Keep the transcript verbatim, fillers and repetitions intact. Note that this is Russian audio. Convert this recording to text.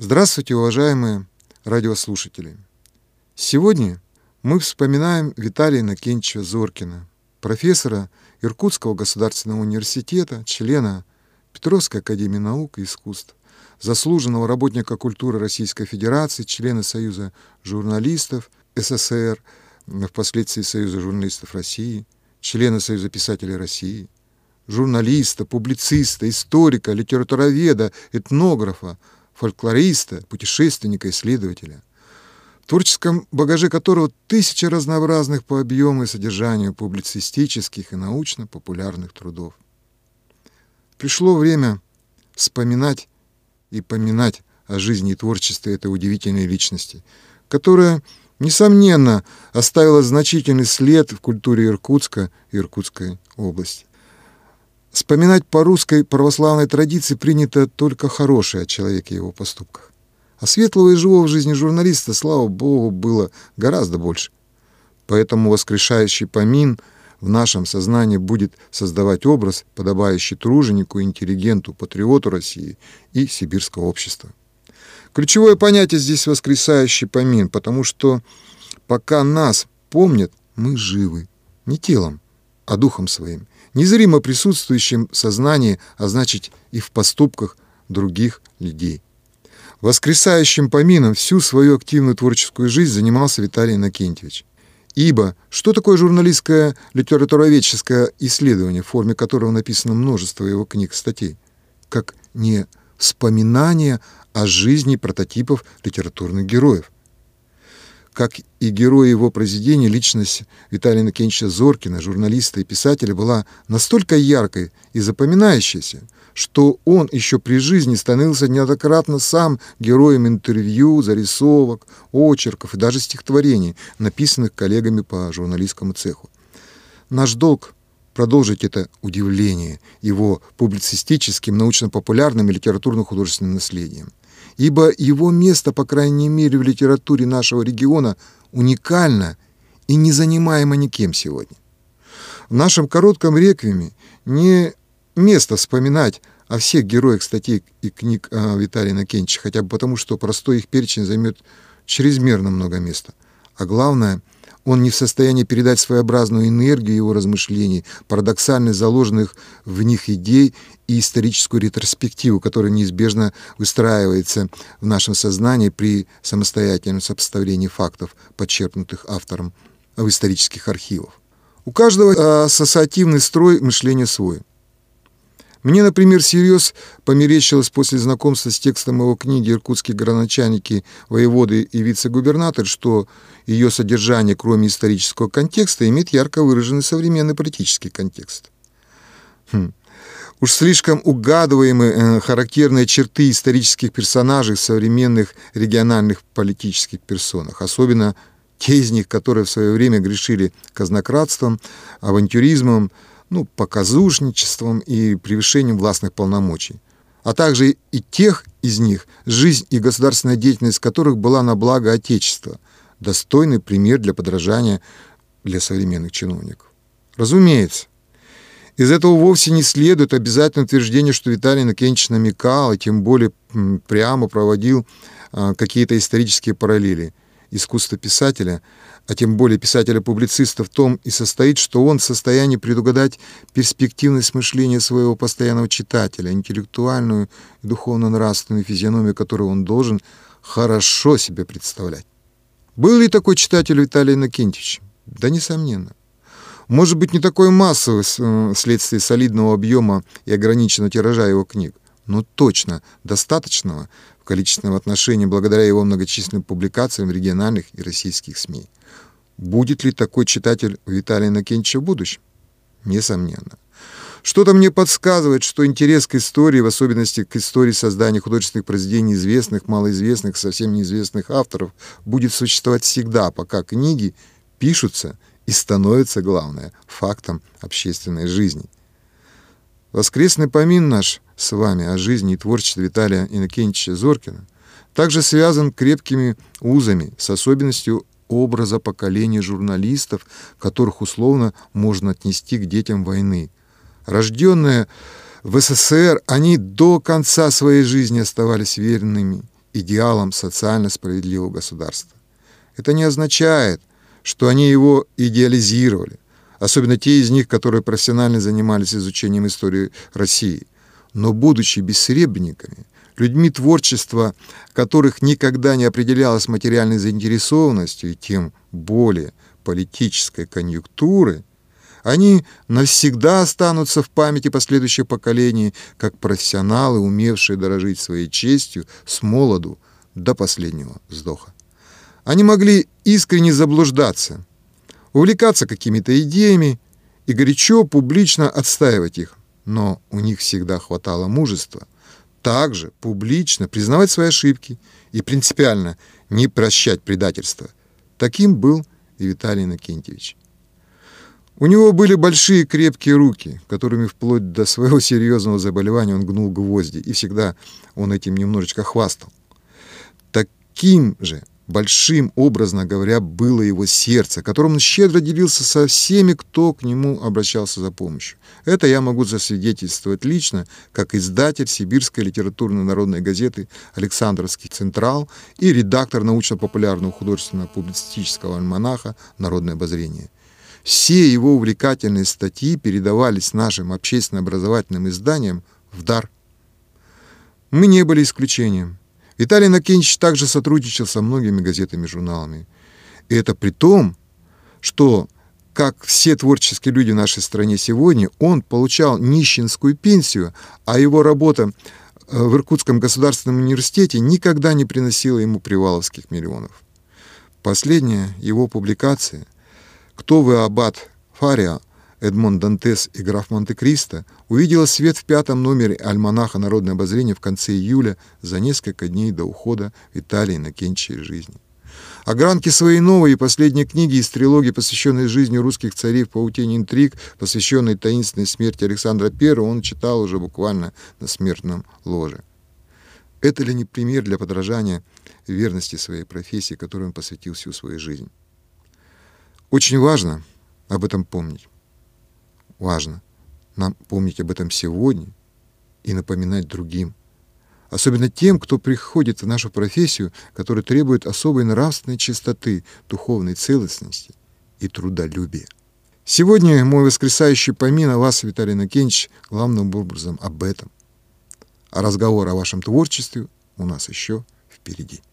Здравствуйте, уважаемые радиослушатели! Сегодня мы вспоминаем Виталия Иннокентьевича Зоркина, профессора Иркутского государственного университета, члена Петровской академии наук и искусств, заслуженного работника культуры Российской Федерации, члена Союза журналистов СССР, впоследствии Союза журналистов России, члена Союза писателей России, журналиста, публициста, историка, литературоведа, этнографа, фольклориста, путешественника, исследователя, в творческом багаже которого тысячи разнообразных по объему и содержанию публицистических и научно-популярных трудов. Пришло время вспоминать и поминать о жизни и творчестве этой удивительной личности, которая, несомненно, оставила значительный след в культуре Иркутска и Иркутской области. Вспоминать по русской православной традиции принято только хорошее о человеке и его поступках. А светлого и живого в жизни журналиста, слава Богу, было гораздо больше. Поэтому воскрешающий помин в нашем сознании будет создавать образ, подобающий труженику, интеллигенту, патриоту России и сибирского общества. Ключевое понятие здесь воскресающий помин, потому что пока нас помнят, мы живы. Не телом, а духом своим, незримо присутствующим в сознании, а значит и в поступках других людей. Воскресающим помином всю свою активную творческую жизнь занимался Виталий Иннокентьевич. Ибо что такое журналистское литературоведческое исследование, в форме которого написано множество его книг и статей, как не вспоминание о жизни прототипов литературных героев? Как и герой его произведений, личность Виталия Иннокентьевича Зоркина, журналиста и писателя, была настолько яркой и запоминающейся, что он еще при жизни становился неоднократно сам героем интервью, зарисовок, очерков и даже стихотворений, написанных коллегами по журналистскому цеху. Наш долг — продолжить это удивление его публицистическим, научно-популярным и литературно-художественным наследием. Ибо его место, по крайней мере, в литературе нашего региона уникально и не занимаемо никем сегодня. В нашем коротком реквиеме не место вспоминать о всех героях статей и книг Виталия Иннокентьевича, хотя бы потому, что простой их перечень займет чрезмерно много места. А главное, он не в состоянии передать своеобразную энергию его размышлений, парадоксально заложенных в них идей и историческую ретроспективу, которая неизбежно выстраивается в нашем сознании при самостоятельном сопоставлении фактов, подчеркнутых автором в исторических архивах. У каждого ассоциативный строй мышления свой. Мне, например, всерьез померещилось после знакомства с текстом его книги «Иркутские градоначальники, воеводы и вице-губернатор», что ее содержание, кроме исторического контекста, имеет ярко выраженный современный политический контекст. Хм. Уж слишком угадываемы э, характерные черты исторических персонажей в современных региональных политических персонах, особенно те из них, которые в свое время грешили казнократством, авантюризмом, ну, показушничеством и превышением властных полномочий, а также и тех из них, жизнь и государственная деятельность которых была на благо Отечества, достойный пример для подражания для современных чиновников. Разумеется, из этого вовсе не следует обязательное утверждение, что Виталий Иннокентьевич намекал, и тем более прямо проводил а, какие-то исторические параллели. Искусство писателя, а тем более писателя-публициста, в том и состоит, что он в состоянии предугадать перспективность мышления своего постоянного читателя, интеллектуальную и духовно-нравственную физиономию, которую он должен хорошо себе представлять. Был ли такой читатель Виталий Иннокентьевич? Да, несомненно. Может быть, не такой массовый вследствие солидного объема и ограниченного тиража его книг, но точно достаточного в количественном отношении благодаря его многочисленным публикациям в региональных и российских СМИ. Будет ли такой читатель у Виталия Иннокентьевича в будущем? Несомненно. Что-то мне подсказывает, что интерес к истории, в особенности к истории создания художественных произведений известных, малоизвестных, совсем неизвестных авторов, будет существовать всегда, пока книги пишутся и становятся, главное, фактом общественной жизни. Воскресный помин наш с вами о жизни и творчестве Виталия Иннокентьевича Зоркина также связан крепкими узами с особенностью образа поколения журналистов, которых условно можно отнести к детям войны. Рожденные в СССР, они до конца своей жизни оставались верными идеалом социально справедливого государства. Это не означает, что они его идеализировали, особенно те из них, которые профессионально занимались изучением истории России. Но, будучи бессребренниками, людьми творчества, которых никогда не определялось материальной заинтересованностью и тем более политической конъюнктуры, они навсегда останутся в памяти последующих поколений как профессионалы, умевшие дорожить своей честью с молоду до последнего вздоха. Они могли искренне заблуждаться, увлекаться какими-то идеями и горячо публично отстаивать их, но у них всегда хватало мужества также публично признавать свои ошибки и принципиально не прощать предательства. Таким был и Виталий Иннокентьевич. У него были большие крепкие руки, которыми вплоть до своего серьезного заболевания он гнул гвозди, и всегда он этим немножечко хвастал. Таким же большим, образно говоря, было его сердце, которым он щедро делился со всеми, кто к нему обращался за помощью. Это я могу засвидетельствовать лично, как издатель Сибирской литературно-народной газеты «Александровский Централ» и редактор научно-популярного художественно-публицистического альманаха «Народное обозрение». Все его увлекательные статьи передавались нашим общественно-образовательным изданиям в дар. Мы не были исключением. Виталий Иннокентьевич также сотрудничал со многими газетами и журналами. И это при том, что, как все творческие люди в нашей стране сегодня, он получал нищенскую пенсию, а его работа в Иркутском государственном университете никогда не приносила ему приваловских миллионов. Последняя его публикация «Кто вы, аббат Фариа, Эдмон Дантес и граф Монте-Кристо» увидела свет в пятом номере альманаха «Народное обозрение» в конце июля, за несколько дней до ухода Виталия Иннокентьевича из жизни. Огранки своей новой и последней книги из трилогии, посвященной жизни русских царей в паутине интриг, посвященной таинственной смерти Александра Первого, он читал уже буквально на смертном ложе. Это ли не пример для подражания верности своей профессии, которой он посвятил всю свою жизнь? Очень важно об этом помнить. Важно нам помнить об этом сегодня и напоминать другим. Особенно тем, кто приходит в нашу профессию, которая требует особой нравственной чистоты, духовной целостности и трудолюбия. Сегодня мой воскресающий помин о вас, Виталий Иннокентьевич, главным образом об этом. А разговор о вашем творчестве у нас еще впереди.